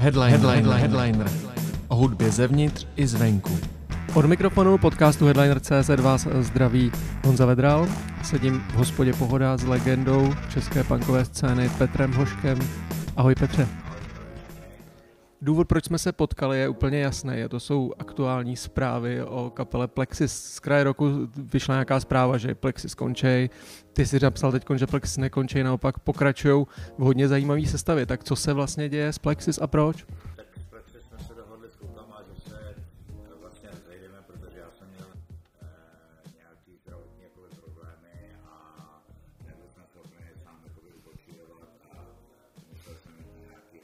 Headliner. O hudbě zevnitř i zvenku. Od mikrofonu podcastu Headliner.cz vás zdraví Honza Vedral. Sedím v hospodě Pohoda s legendou české punkové scény Petrem Hoškem. Ahoj Petře. Důvod, proč jsme se potkali, je úplně jasný. To jsou aktuální zprávy o kapele Plexis. Z kraje roku vyšla nějaká zpráva, že Plexis končí. Ty jsi napsal teď, že Plexis nekončí, naopak pokračují v hodně zajímavé sestavě. Tak co se vlastně děje s Plexis a proč? Tak s Plexis jsme se dohodli s klukama, že se vlastně zajdeme, protože já jsem měl nějaký zdravotní problémy a nebyl jsem schopný sám odpočívat a musel jsem mít nějaký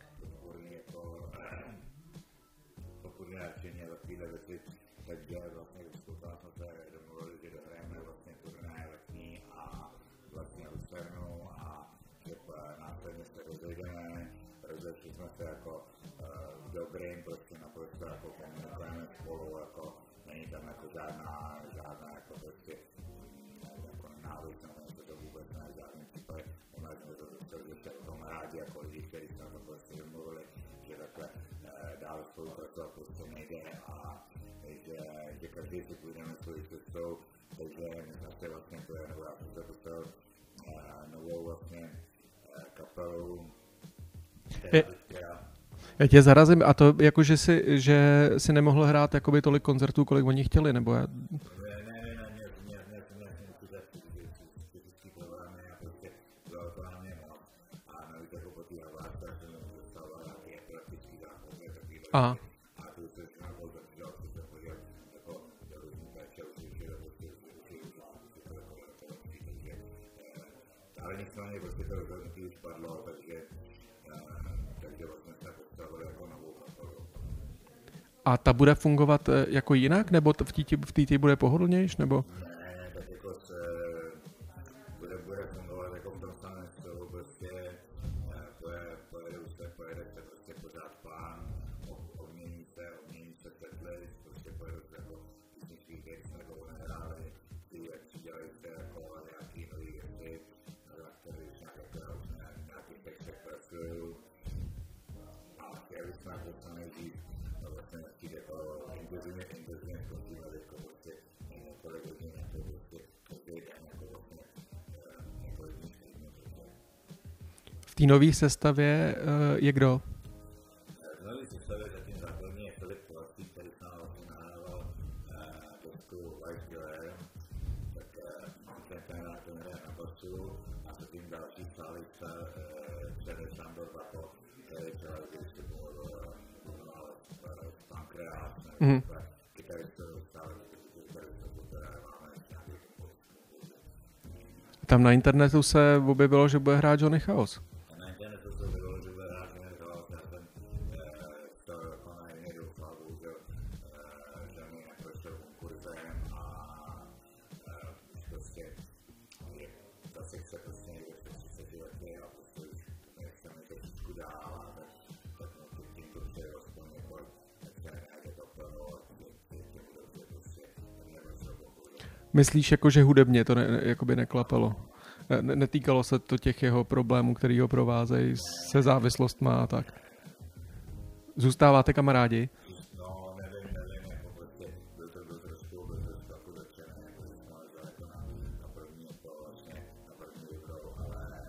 podpůrný řešení za téhle věci, takže vlastně s klukama jsme se domluvili, že dohrajeme vlastně turné letní a vlastně Lucernu a že následně se rozejdeme, rozešli jsme se jako dobrým, prostě naprosto jako komunikujeme spolu, jako není tam jako žádná jako prostě jako nenávist, nebo se to vůbec ne v žádném případě, máme jsme to docela, že se o tom rádi jako lidi, kteří jsme to prostě domluvili, že takhle dál spolupracovat prostě nejde a že každý si půjdeme svojí cestou, takže my jsme se vlastně, nebo já jsem se postavil novou vlastně kapelu, Já tě zarazím, a to jako, že si nemohl hrát jakoby tolik koncertů, kolik oni chtěli, nebo já... Aha. Ale nicméně prostě to rozhodnutí už padlo, takže vlastně jsme postavili jako novou kapelu. A ta bude fungovat jako jinak, nebo v té bude pohodlnější, nebo? Ne, tak jako bude fungovat jako v tom samém stylu, prostě pojede se prostě pořád plán, obmění se setlist, prostě pojede se jako písničky, které jsme jako nehráli, přidělají se jako nějaký nový věci, které už nějakých textech pracují a chtěli jsme jako co nejdřív vlastně chtít jako intenzivně konzumovat jako prostě několik hodin, jako prostě každý den jako vlastně několik dní stejně prostě. V té nové sestavě je kdo? V nové sestavě zatím základní je Filip Kovacký, který s námi vlastně nahrával desku Life Killer, tak ten hraje na basu a zatím další stálista Přede Sandor Bako, který třeba když se pomohl Pankreas, kytaristu stále, které máme nějaký kompozici. Tam na internetu se objevilo, že bude hrát Johnny Chaos. Na internetu se objevilo, že bude hrát Johnny Chaos, já jsem to pana jiný doufal, bohužel Johnny neprošel konkurzem a už prostě zase chce prostě někde před 30 lety a prostě už nechce mi trošičku dál a tak tímto přeje aspoň několik, tak se najde to plno a tím dobře prostě neprošel konkurzem. Myslíš, jako, že hudebně to jakoby neklapalo? Netýkalo se to těch jeho problémů, který ho provázejí se závislostma a tak? Zůstáváte kamarádi? No, nevím, jako prostě byl trošku jako začený, jako že jsme leželi jako na první vlastně, na první dobrou, ale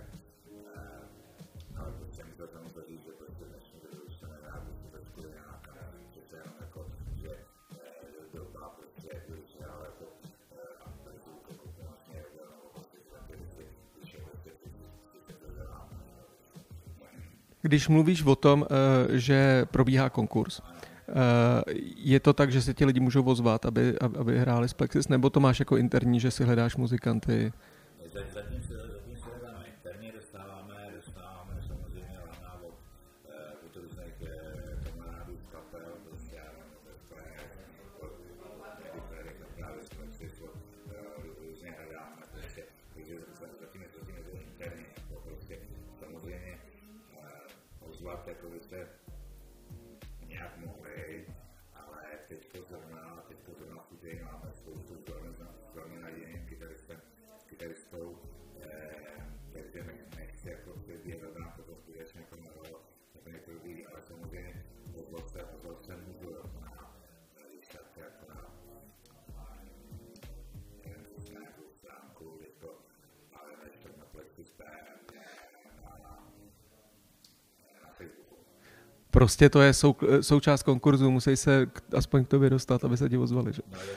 prostě mi to tam říct, že prostě dnešní době už se nehrá prostě trošku jinak a nevím, přece jenom jako, že doba prostě, když se hrál jako zvuk jako vlastně nebo prostě když je prostě to dělá. Když mluvíš o tom, že probíhá konkurs, je to tak, že se ti lidi můžou ozvat, aby hráli s Plexis, nebo to máš jako interní, že si hledáš muzikanty? Zatím se hledáme interně, dostáváme samozřejmě lana od různých kamarádů z kapel, prostě já nevím, které právě z Plexisu různě hledáme, prostě, takže zatím je interně, prostě samozřejmě ozvat, jako by se nějak mohli, ale teďko zrovna v týdě máme spoustu velmi nadějným kytaristou, takže nechci jako vybírat nám to skutečně jako mělo, ale samozřejmě prostě to je součást konkurzu, musí se aspoň k tobě dostat, aby se ti ozvali, že?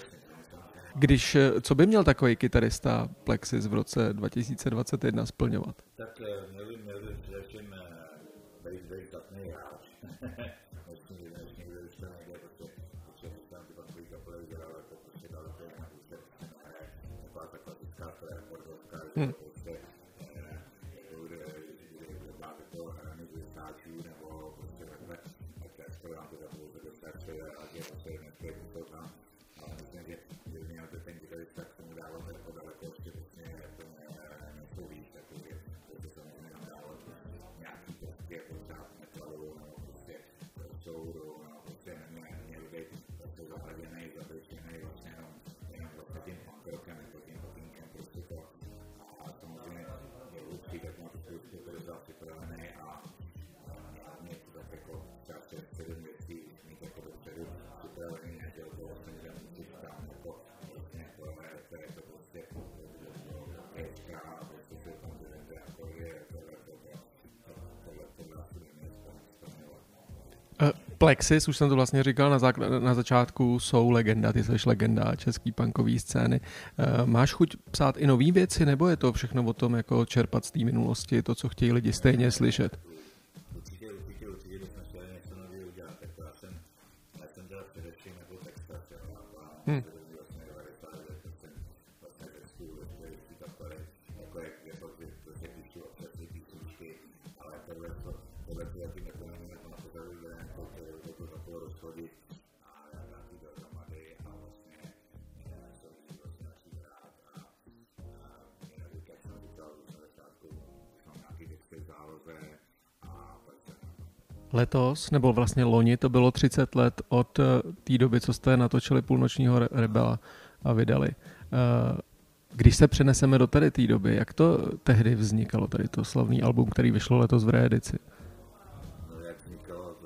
Co by měl takový kytarista Plexis v roce 2021 splňovat? Tak měl by především být zdatný hráč. Myslím, že než někdo už to nejde, protože tam ty bankový kapely dělal, to prostě dalo to jinak, už se nehraje taková ta klasická fordovská, že prostě kde máte toho hrany z hráčů, nebo prostě takhle, tak to vám to zapouze dostačí a že prostě nechtějí to tam. Ale myslím, že měl by ten kytarista k tomu dávat jako daleko ještě prostě něco víc, takže to se nedávalo nějaký prostě pořád metalovou, nebo prostě soudou, nebo prostě neměl být prostě zahladěnej, zabezpečený vlastně jenom vlastně tím punkrokem, jako tím potinkem, prostě to. A samozřejmě je určitě, tak má to spoustu podezá připravený a hlavně to tak jako třeba 6-7 věcí mít jako dopředu připravený, neděl to vlastně, že musíš tam jako vlastně to je to prostě orchestra a prostě se tam bude jako je tohle asi neměsto splňovat. Plexis, už jsem to vlastně říkal na začátku, jsou legenda, ty jsi legenda český punkový scény. Máš chuť psát i nový věci, nebo je to všechno o tom jako čerpat z té minulosti, to, co chtějí lidi stejně slyšet? Určitě bychom chtěli něco nový udělat, tak já jsem dělal především jako textař, a vlastně 90 let jsem vlastně textuju ve kapely, jako je to, že píšu občas ty písničky, ale tohle tím jako není jako na pořadu dělám, to takové rozchody a dát ty dohromady a vlastně jsou vlastně naší hrát a jinak, jak jsem říkal na začátku, mám nějaký texty v záloze a pak se Letos, nebo vlastně loni, to bylo 30 let od té doby, co jste natočili Půlnočního rebela a vydali. Když se přeneseme do tady té doby, jak to tehdy vznikalo, tady to slavný album, který vyšlo letos v reedici? No jak vznikalo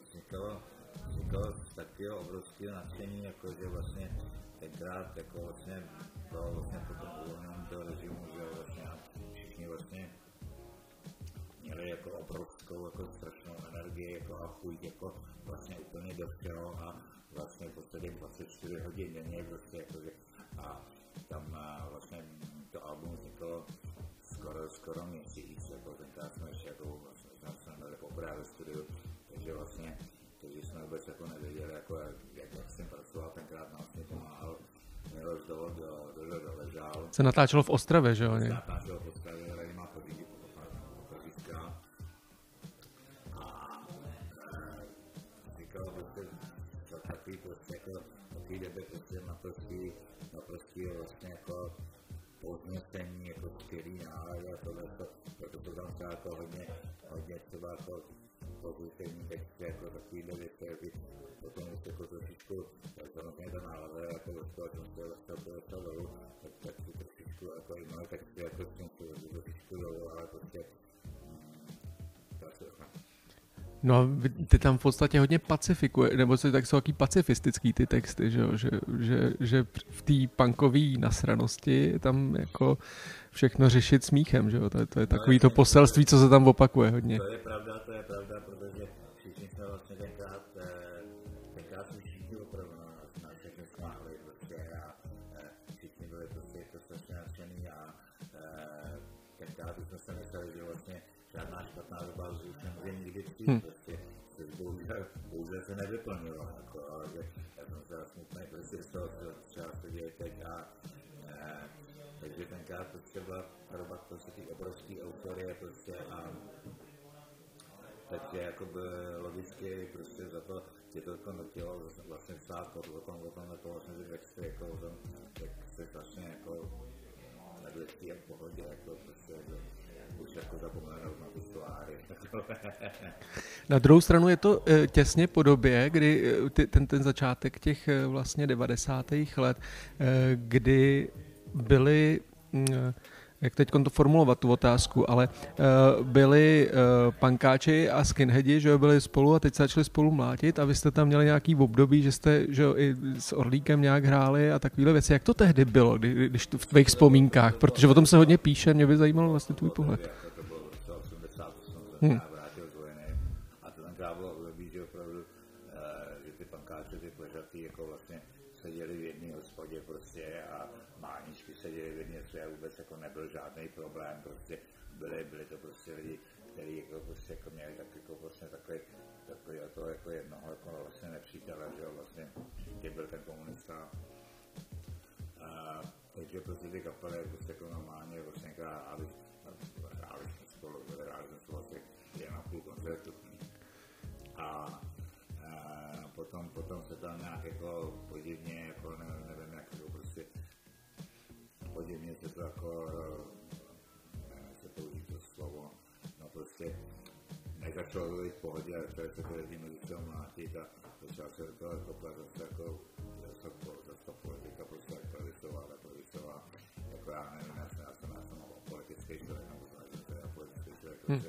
z takového obrovského nadšení, jako že vlastně tenkrát jako vlastně bylo vlastně po tom uvolnění toho režimu, že vlastně všichni vlastně měli jako obrovskou jako strašnou energii jako a chuť jako vlastně úplně do všeho a vlastně v podstatě 24 hodin denně prostě jakože a tam vlastně to album vzniklo skoro měsíc, jako tenkrát jsme ještě jako vlastně jsme měli poprvé ve studiu, takže vlastně jsme vůbec jako nevěděli, jako jak jsem pracoval, tenkrát nám vlastně pomáhal Miloš Doležal. Se natáčelo v Ostravě, že jo? Se natáčelo v Ostravě, ale má podíka. A říkal prostě za takový prostě jako takový době prostě naprostý vlastně jako podněcení, jako skvělý nálady a tohleto, proto to tam třeba jako hodně třeba jako pozitivní texty, jako takovýhle věci, aby potom ještě jako trošičku, samozřejmě ta nálada, jako dostal dolů, tak si trošičku, jako i moje texty, jako s tím trošičku dolů, ale prostě No, ty tam v podstatě hodně pacifikuje, nebo tak jsou taky pacifistický ty texty, že v té punkové nasranosti tam jako všechno řešit smíchem, že jo, to je takový to poselství, co se tam opakuje hodně. To je pravda, protože všichni jsme vlastně tenkrát jsme všichni opravdu na všechny smáhli prostě a všichni byli prostě to strašně nadšený a tenkrát jsme se mysleli, že vlastně žádná špatná doba už nemůže nikdy přijít, prostě bohužel se nevyplnilo, jako, ale já jsem se smutný, prostě z toho třeba se děje teď a takže tenkrát prostě byla doba prostě ty obrovský euforie prostě a takže jako by logicky prostě za to tě to jako nutilo vlastně psát o tom jako vlastně ty texty jako o tom, jak se strašně jako nadvěstí a v pohodě jako prostě už jako zapomenout na ty sláry. Na druhou stranu je to těsně po době, kdy ten začátek těch vlastně 90. let, kdy byly, jak teď to formulovat tu otázku, ale byli punkáči a skinheadi, že jo, byli spolu a teď se začali spolu mlátit a vy jste tam měli nějaký období, že jste, že jo, i s Orlíkem nějak hráli a takovýhle věci. Jak to tehdy bylo, když v tvých vzpomínkách, protože o tom se hodně píše, mě by zajímalo vlastně tvůj pohled. To bylo 80, jsem se vrátil z vojny a to tam dřáblo období, že opravdu, že ty pankáče, ty pleřatý, jako vlastně seděli v jedné hospodě prostě a máničky seděli v jedné hospodě a vůbec jako nebyl žádný problém, prostě byli to prostě lidi, kteří jako prostě jako měli tak jako vlastně takový jako jednoho jako vlastně nepřítele, že jo, vlastně, že byl ten komunista. Takže prostě ty kapely prostě jako normálně vlastně hráli jsme spolu, hráli jsme vlastně 1,5 koncertu. A potom se tam nějak jako podivně, jako nevím jak jako prostě podivně se to jako, nevím, jak se použít to slovo, no prostě nezačalo to být v pohodě, ale třeba se to jedním mezi sebou mlátit a začal se do toho koplat zase jako zase politika prostě aktualizová, jako já nevím, já jsem politický člověk, nebo snažím se já politický člověk, takže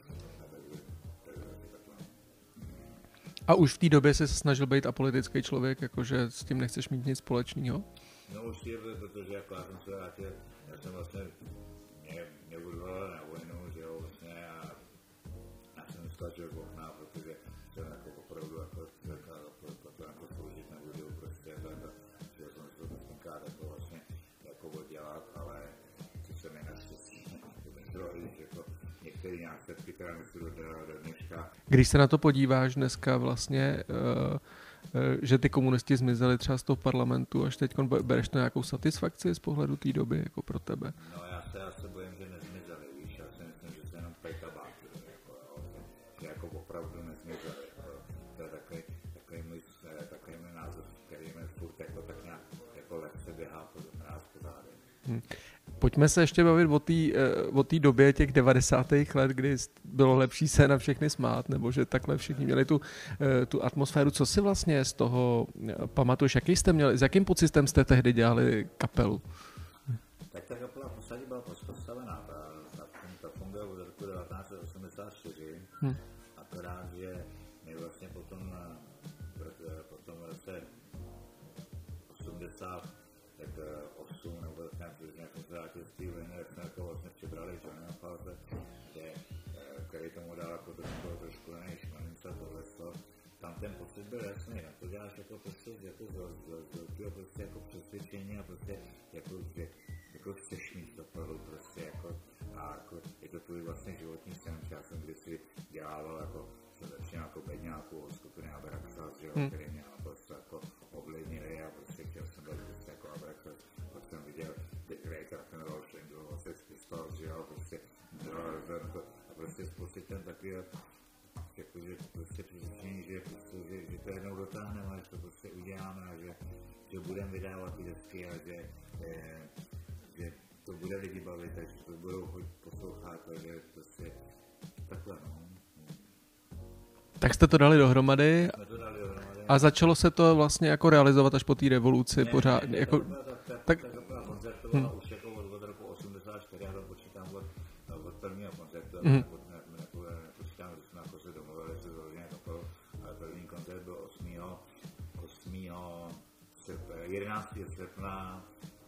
A už v té době jsi se snažil být apolitický člověk, jakože s tím nechceš mít nic společného? No určitě, protože jako já jsem se vrátil, já jsem vlastně mě urval na vojnu, že jo, vlastně a já jsem skáčel v okna, protože jsem jako opravdu jako jako sloužit nebudu prostě, že jsem se to tenkrát jako vlastně jako oddělat, ale to se mi naštěstí nepodařilo, jako některé následky, které mi se do dneška. Když se na to podíváš dneska vlastně, že ty komunisti zmizeli třeba z toho parlamentu, až teď bereš to nějakou satisfakci z pohledu té doby jako pro tebe? No já se bojím, že nezmizeli, víš, já si myslím, že se jenom pejtabáky, že jako opravdu nezmizeli. To je takový můj názor, který mi furt jako tak nějak jako lehce běhá po zádech. Pojďme se ještě bavit o té době těch 90. let, kdy bylo lepší se na všechny smát, nebo že takhle všichni měli tu atmosféru. Co si vlastně z toho pamatuješ? Jaký jste měli, s jakým pocitem jste tehdy dělali kapelu? Tak ta kapela v podstatě byla postavená. Ta funguje od roku 1984, akorát, že my vlastně potom v roce 88 nebo tak nějak jsme se vrátili z té vojny, jak jsme jako vlastně přibrali Johnnyho False, který tomu dal jako trošku jiný šmanec a tohleto. Tam ten pocit byl jasný, na to děláš jako prostě jako z velkého prostě jako přesvědčení a prostě jako chceš mít to polu prostě jako a jako je to tvůj vlastně životní sen, já jsem kdysi dělával jako jsem začínal jako bedňáku od skupiny Abraxas, že jo, který mě prostě jako ovlivnili a prostě chtěl jsem být prostě jako Abraxas, pak jsem viděl The Great Rock and Roll Show, Sex Pistols, že jo, prostě a prostě s pocitem takového jakože prostě přesvědčení, že to jednou dotáhneme a že to prostě uděláme a že budeme vydávat ty desky a že to bude lidi bavit, takže to budou poslouchat, takže prostě takhle, no. Tak jste to dali dohromady a začalo se to vlastně jako realizovat až po té revoluci pořád. Ta kapela koncertovala už jako od roku 84, já to počítám od prvního koncertu, nepočítám, když jsme jako se domluvili se založeně kapelu, ale první koncert byl 11. srpna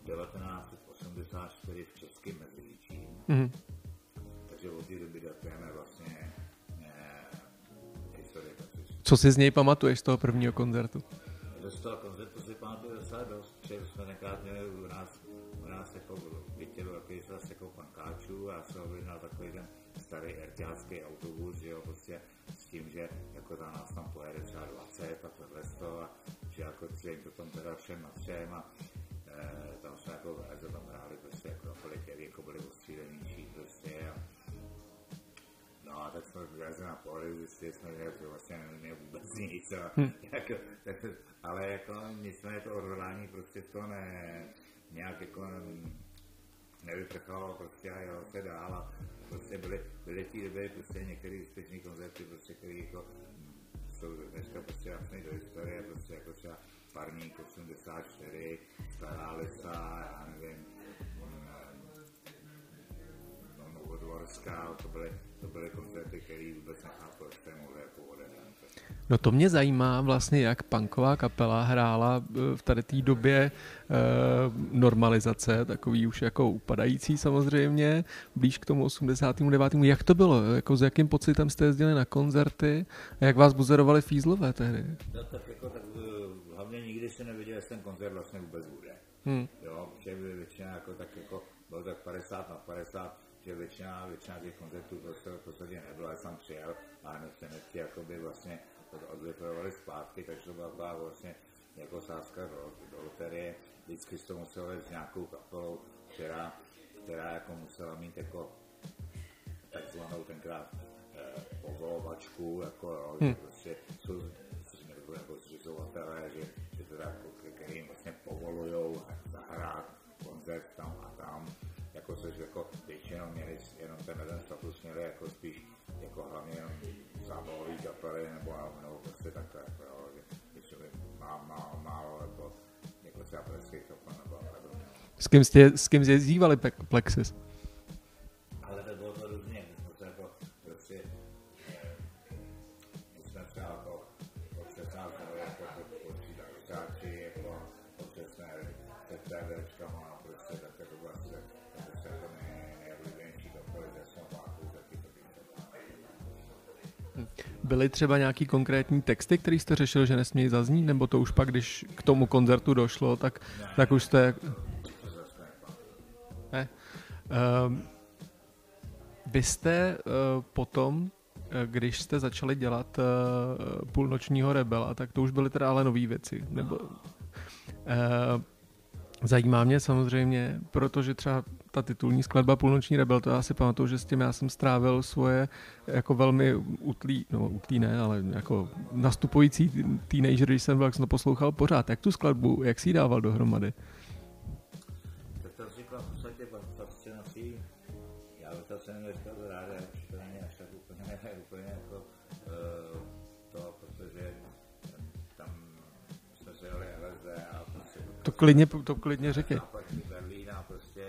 1984 v Českém Meziříčí. Takže od té doby datujeme vlastně historii. Co si z něj pamatuješ z toho prvního koncertu? Z toho koncertu si pamatuju docela dost, protože jsme tenkrát měli u nás jako bytě velký zase jako pankáčů a jsem objednal takový ten starý erťácký autobus, že jo, prostě s tím, že jako za nás tam pojede třeba 20 a tohle a že jako jim to tam teda všem na třem a tam jsme jako vleze, tam hráli prostě jako kolik jako byli ostřílenější prostě a no a tak jsme vylezli na poli, zjistili jsme, že to vlastně neměl vůbec nic a jako, ale jako nicméně to odhodlání prostě to nějak jako nevyprchalo prostě a jelo se dál a prostě byly v té době prostě některé úspěšné koncerty prostě, které jako jsou dneska prostě jasný do historie, prostě jako třeba Parník 84, Stará Lisa, já nevím, Lorska, to byly koncerty, které vůbec nechápu, jak se mohly jako odehrát. No to mě zajímá vlastně, jak punková kapela hrála v tady té době normalizace, takový už jako upadající samozřejmě, blíž k tomu 89. Jak to bylo? Jako s jakým pocitem jste jezdili na koncerty a jak vás buzerovali fízlové tehdy? No tak jako tak hlavně nikdy se nevěděl, jestli ten koncert vlastně vůbec bude. Jo, že většina jako tak jako bylo tak 50/50, že většina těch koncertů v podstatě nebyla, já jsem přijel a hned se jakoby vlastně odvyprovali zpátky, takže to byla vlastně jako sázka do loterie. Vždycky to muselo jít s nějakou kapelou, která jako musela mít jako takzvanou tenkrát povolovačku, jako jo, že prostě jsou jako zřizovatelé, že teda jako, který jim vlastně povolujou zahrát koncert tam a tam, jako což jako většinou měli jenom ten status měli jako spíš jako hlavně jenom zábalový kapely nebo prostě takhle, jako jo, že většinou málo jako třeba pražských kapel nebo S kým jezdívali Plexus? Ale to bylo to různě, my jsme se jako prostě my jsme třeba jako občas nás jako počítači, jako občas jsme se TVčkama a prostě tak to bylo asi tak prostě jako nejoblíbenější kapely, že jsme váku, taky to Byly třeba nějaký konkrétní texty, který jste řešil, že nesmějí zaznít, nebo to už pak, když k tomu koncertu došlo, tak už jste... Ne. Vy jste potom, když jste začali dělat Půlnočního rebela, tak to už byly teda ale nový věci. Nebo, zajímá mě samozřejmě, protože třeba ta titulní skladba Půlnoční rebel, to já si pamatuju, že s tím já jsem strávil svoje jako velmi utlý ne, ale jako nastupující teenager, když jsem byl, jak jsem to poslouchal pořád. Jak tu skladbu, jak si ji dával dohromady? Tak to říkal v podstatě fascinací. Já to jsem neříkal do ráda, že to není až tak úplně jako to, protože tam jsme se jeli LSD a prostě... To klidně řekni. Berlína prostě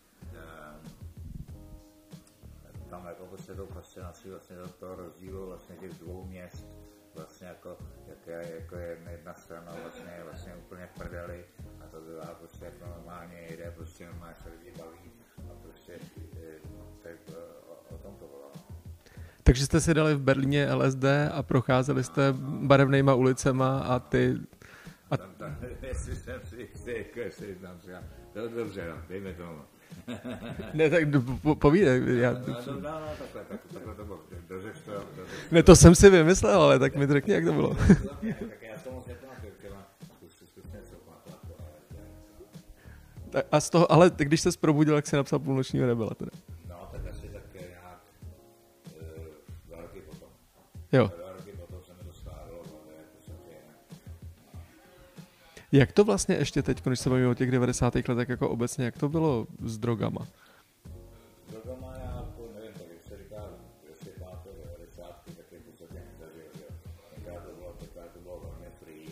tam jako prostě tou fascinací vlastně do toho rozdílu vlastně těch dvou měst vlastně jako je jedna strana vlastně úplně v prdeli a to druhá prostě jako normálně jede, prostě normálně se lidi baví a prostě tak o tom to bylo. Takže jste si dali v Berlíně LSD a procházeli jste barevnejma ulicema a ty... Jestli jsem si tam říkal, dobře, no, dejme tomu. Ne, tak povídej. No, takhle to bylo. Dořeš to. Ne, to jsem si vymyslel, ale tak mi řekni, jak to bylo. Tak já tomu se A z toho, ale když se probudil, jak jsi napsal Půlnočního rebela teda. No, tak asi tak nějak 2 roky potom. Jo. 2 roky potom se mi to stávalo, Jak to vlastně ještě teď, když se bavíme o těch 90. letech, jako obecně, jak to bylo s drogama? S drogama já nevím, tak když se říká, jestli máte 90. tak je v podstatě nezažil, že tenkrát to bylo velmi free,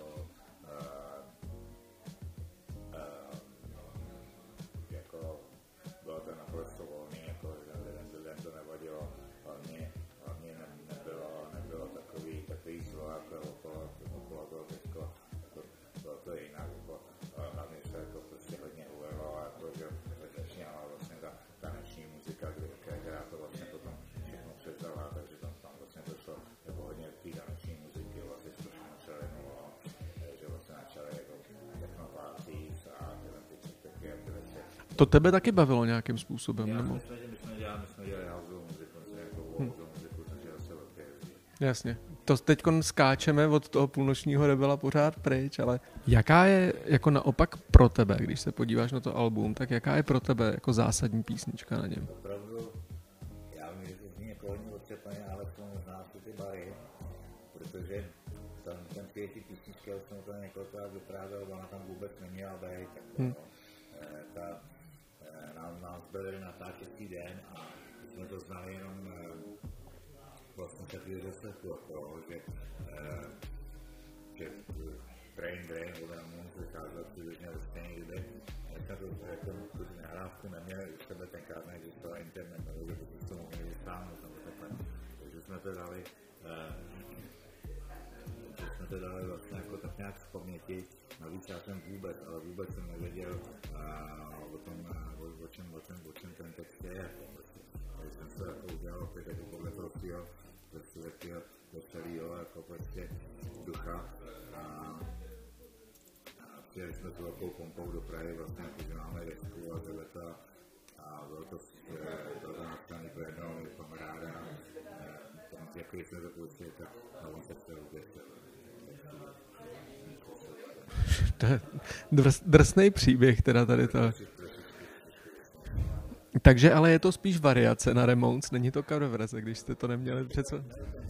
jako bylo to naprosto volný, jako den to nevadilo, hlavně nebylo takový zlo, jako okolo toho teďko, bylo to jinak, hlavně se jako prostě hodně ulevalo, jako že začínala vlastně ta taneční muzika, která to vlastně potom všechno převzala, takže tam vlastně došlo jako hodně té taneční muziky, vlastně to všechno přelinulo, že vlastně začaly jako technopárties a tyhle věci. To tebe taky bavilo nějakým způsobem, Já nebo? my jsme dělali houseovou muziku, jako houseovou muziku, což je zase velké rozdíl. Jasně. To teďkon skáčeme od toho Půlnočního rebela pořád pryč, ale jaká je jako naopak pro tebe, když se podíváš na to album, tak jaká je pro tebe jako zásadní písnička na něm? Opravdu, já vím, že to zní jako hodně odcepeně, ale to možná jsou ty bary, protože ten ty písničky, já jsem to několikrát vyprávěl, ona tam vůbec neměla být, nám zbyli natáčecí den a jsme to znali jenom vlastně takový rozsledku, že Brain Drain, nebo nám vycházel přibližně ve stejné době, jsme to jako tu nahrávku neměli u sebe tenkrát, než to internet, že by to mohli vysáhnout, takže jsme to dali, vlastně jako tak nějak v paměti. Navíc já jsem vůbec jsem nevěděl o čem ten text je. Takže jsem se jako udělal opět jako podle toho svého veselého jako prostě ducha. Přijeli jsme s velkou pompou do Prahy, vlastně jako, že máme desku a zvedeta a bylo to napsaný pro jednoho mého kamaráda. Jaký jsme to pustili, tak on se chtěl udělat. To je drsnej příběh teda tady to. Takže ale je to spíš variace na Ramones, není to cover verze, když jste to neměli přece.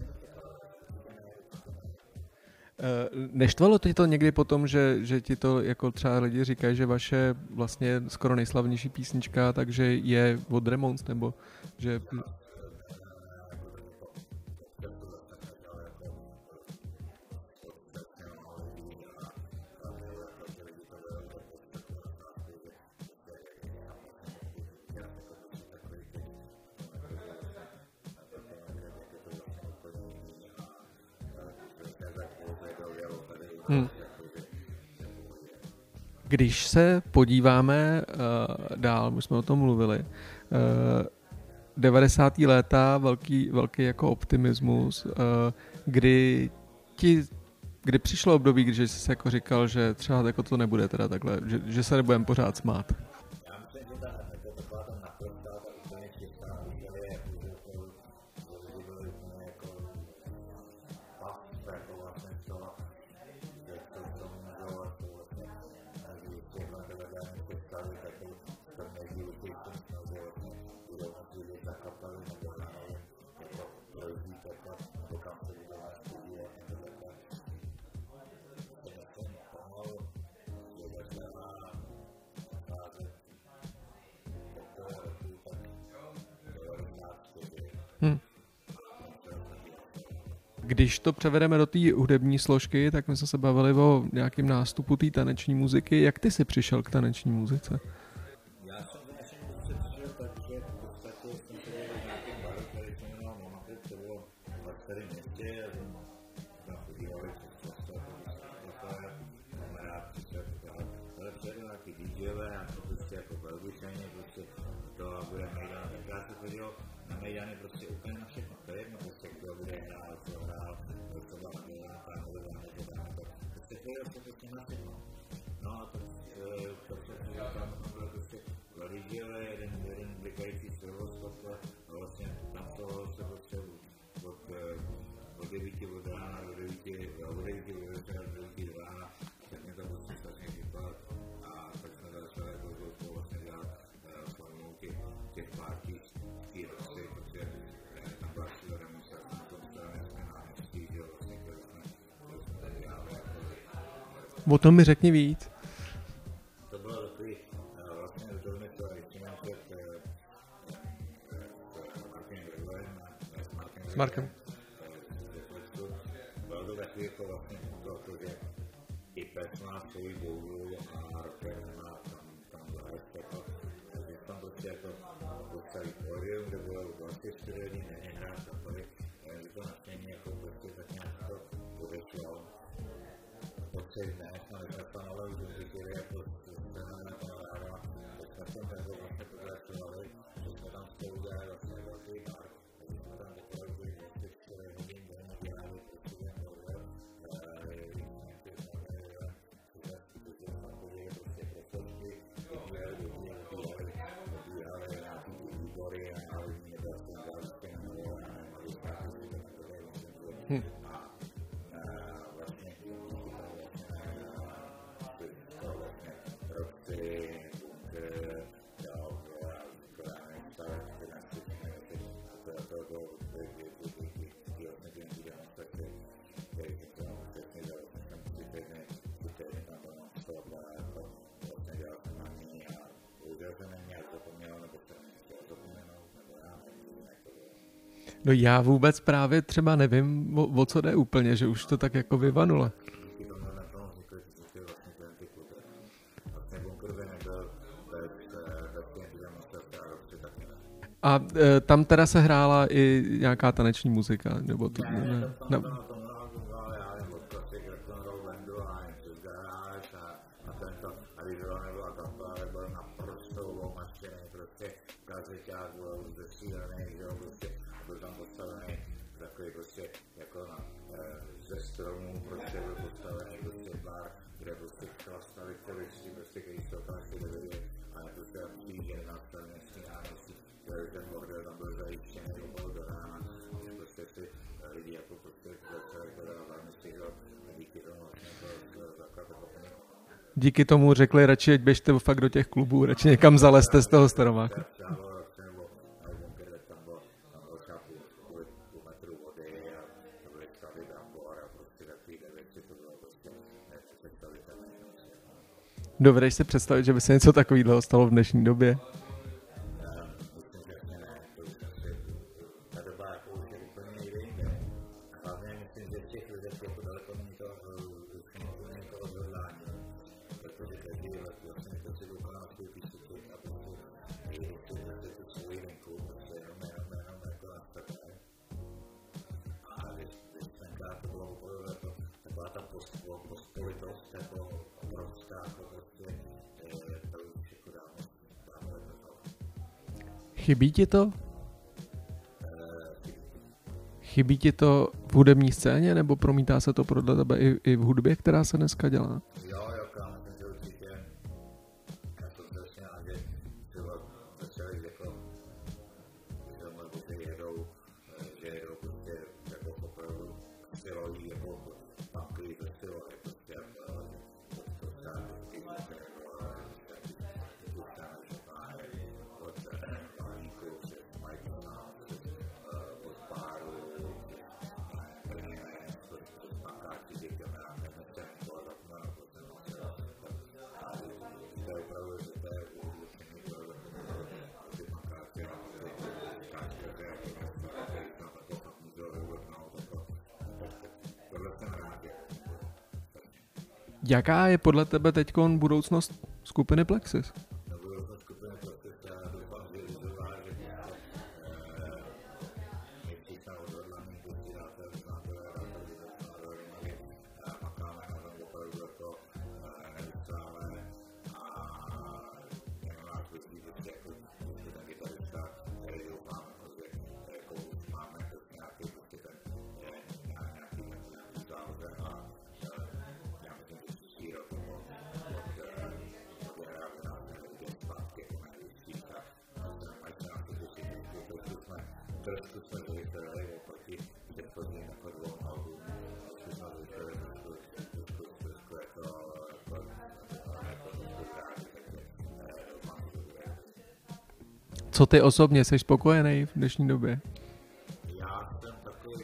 Neštvalo ti to někdy potom, že ti to jako třeba lidi říkají, že vaše vlastně skoro nejslavnější písnička, takže je od Ramones, nebo že... Když se podíváme dál, už jsme o tom mluvili, 90. léta, velký jako optimismus, kdy přišlo období, když jsi jako říkal, že třeba jako to nebude teda takhle, že se nebudeme pořád smát. Já myslím, že taková ta naprostá, ta úplně čistá výžava je, že byly úplně jako jako vlastně z toho, že to můžou jako vlastně těchhle dovedených představit jako ten nejdůležitější směl, že vlastně budou moci jít na kapely nebo na nově jako prožít jako nebo kam se budou na studie nebo takhle. To myslím pomalu, že začala fázet Když to převedeme do té hudební složky, tak my jsme se bavili o nějakém nástupu té taneční muziky. Jak ty jsi přišel k taneční muzice? Já jsem přišel tak, že v podstatě jsem se dělal v nějakém baru, který se jmenoval Monaco, to bylo v starém městě, a jsme podívali přes kamarád přišel, ale přijedl nějaký DJové a to prostě jako velvyšeně, prostě to bude Mejdan. Tenkrát se chodilo na Mejdany prostě úplně na všechno, to je jedno prostě, kdo bude hrát, co hrál, co byla Mejdan, pánové dáme, prostě chodilo se prostě na všechno. No a to přesně tam bylo prostě dva DJové, jeden blikající stroboskop a vlastně tam toho se prostě od 9 od rána do 9 od večera do 9 do rána, tak mě to prostě strašně chytlo a tak jsme začali jako vlastně dělat formou těch pártí v té roce, protože tam byla všude Ramosa, na tom straně jsme náměstí, že vlastně, které jsme tam dělali. O tom mi řekni víc. To bylo takový, vlastně to mi to ještě před Markem Gregoryem, s Markem. Bylo to takový jako vlastně to, že i pes má svoji boulu a rocker má tam zahrát jako, že tam prostě jako postaví pódium, kde bylo vlastně 4 hodin denně hrát kapely, že to naštění jako prostě tak nějak to podešlo. Po 3 dnech, ale jsme tam ale už říkali jako scénáře kamaráda, tak jsme tam takhle vlastně pokračovali, že jsme tam spolu udělali vlastně velký bar, takže jsme tam takové, že ještě 4 hodin denně dělali prostě den dover, nějaké samozřejmě, že jsme chodili prostě pro složky, dobíhali nějaký výbory a lidí nebyl asi dálky na nebo já nevím, aby státy si to takové vlastně No já vůbec právě třeba nevím, o co jde úplně, že už to tak jako vyvanulo. Díky tomu na tom vznikly vlastně ty Cluby. Vlastně Bunker nebyl A tam teda se hrála i nějaká taneční muzika, nebo to? Ne. Já nevím, od klasik rock'n'roll bandu a přes garáž a tento, a když to nebyla kapela, tak byl naprosto omaštěný, prostě kazeťák byl zesílený, že jo, prostě byl tam postavený takový prostě jako ze stromů, prostě byl postavený prostě bar, kde prostě chlastavit ty listi, prostě když to tam ještě nevěděli, ale prostě přijížděli na stavněstí náměstí, že ten bordel tam byl zajištěný, byl do rána, že prostě si lidi jako prostě začali teda náměstí, že a díky tomu vlastně to zaklad pochopení. Díky tomu řekli radši, ať běžte fakt do těch klubů, radši někam zalezte z toho Staromáku. Dovedeš si představit, že by se něco takového stalo v dnešní době? Myslím, že asi ne, to už asi ta doba jako už je úplně někde jinde. A hlavně myslím, že v těch lidech jako daleko není to odhodlání, protože každý vlastně to si dokonal na svůj písniček a prostě si tu svůj linku, prostě jenom jako nastavené. A když tenkrát to bylo opravdu taková ta pospolitost, jako obrovská, prostě to už jako dávno netrvalo. Chybí ti to? Chybí ti to v hudební scéně, nebo promítá se to podle tebe i v hudbě, která se dneska dělá? Jo, myslím, že určitě. Já jsem strašně rád, že třeba začali jako, že jedou prostě jako opravdu silový, jako punkový festivaly, prostě jako, to třeba vždycky jako, od Páníku přes Michaela, přes Podpáru, přes Makáči, děkujeme na Nemecenko, a to je opravdu, že to je určený pro ty Makáči a ty Káčkaře, který tam jako fakt můžou vyvodnout, tohle jsem rád. Jaká je podle tebe teďkon budoucnost skupiny Plexis? Budoucnost skupiny Plexis, já doufám, že je vizová, že my jsme odhodlaní, když dáte dohromady, makáme na tom opravdu jako neustále a jenom nás vyslí, že jako ten gitarista, který doufám, že jako už máme nějaký prostě ten nějaký závoze a já myslím, že příští rok odehráme nás nevědět zpátky jako nejvyšší a mají se na to řešit, trošku jsme vyšli oproti předchozím jako dvou album, trošku jsme vyšli trošku jako rádi, takže doufám, že to bude. Co ty osobně, jsi spokojený v dnešní době? Já jsem takový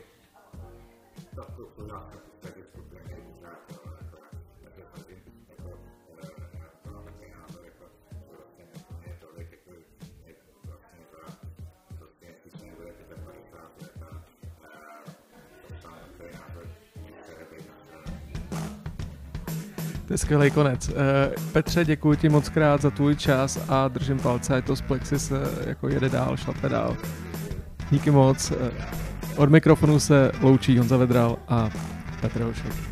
pořád taky spokojený, možná jako snažím, jako mám takový názor, jako že vlastně je tolik, jako je vlastně prostě když nebude 50 let a to mám takový názor, že se nebej nastavený. To je skvělý konec. Petře, děkuji ti moc krát za tvůj čas a držím palce, ať to z Plexis jako jede dál, šlape dál. Díky moc. Od mikrofonu se loučí Honza Vedral a Petr Hošek.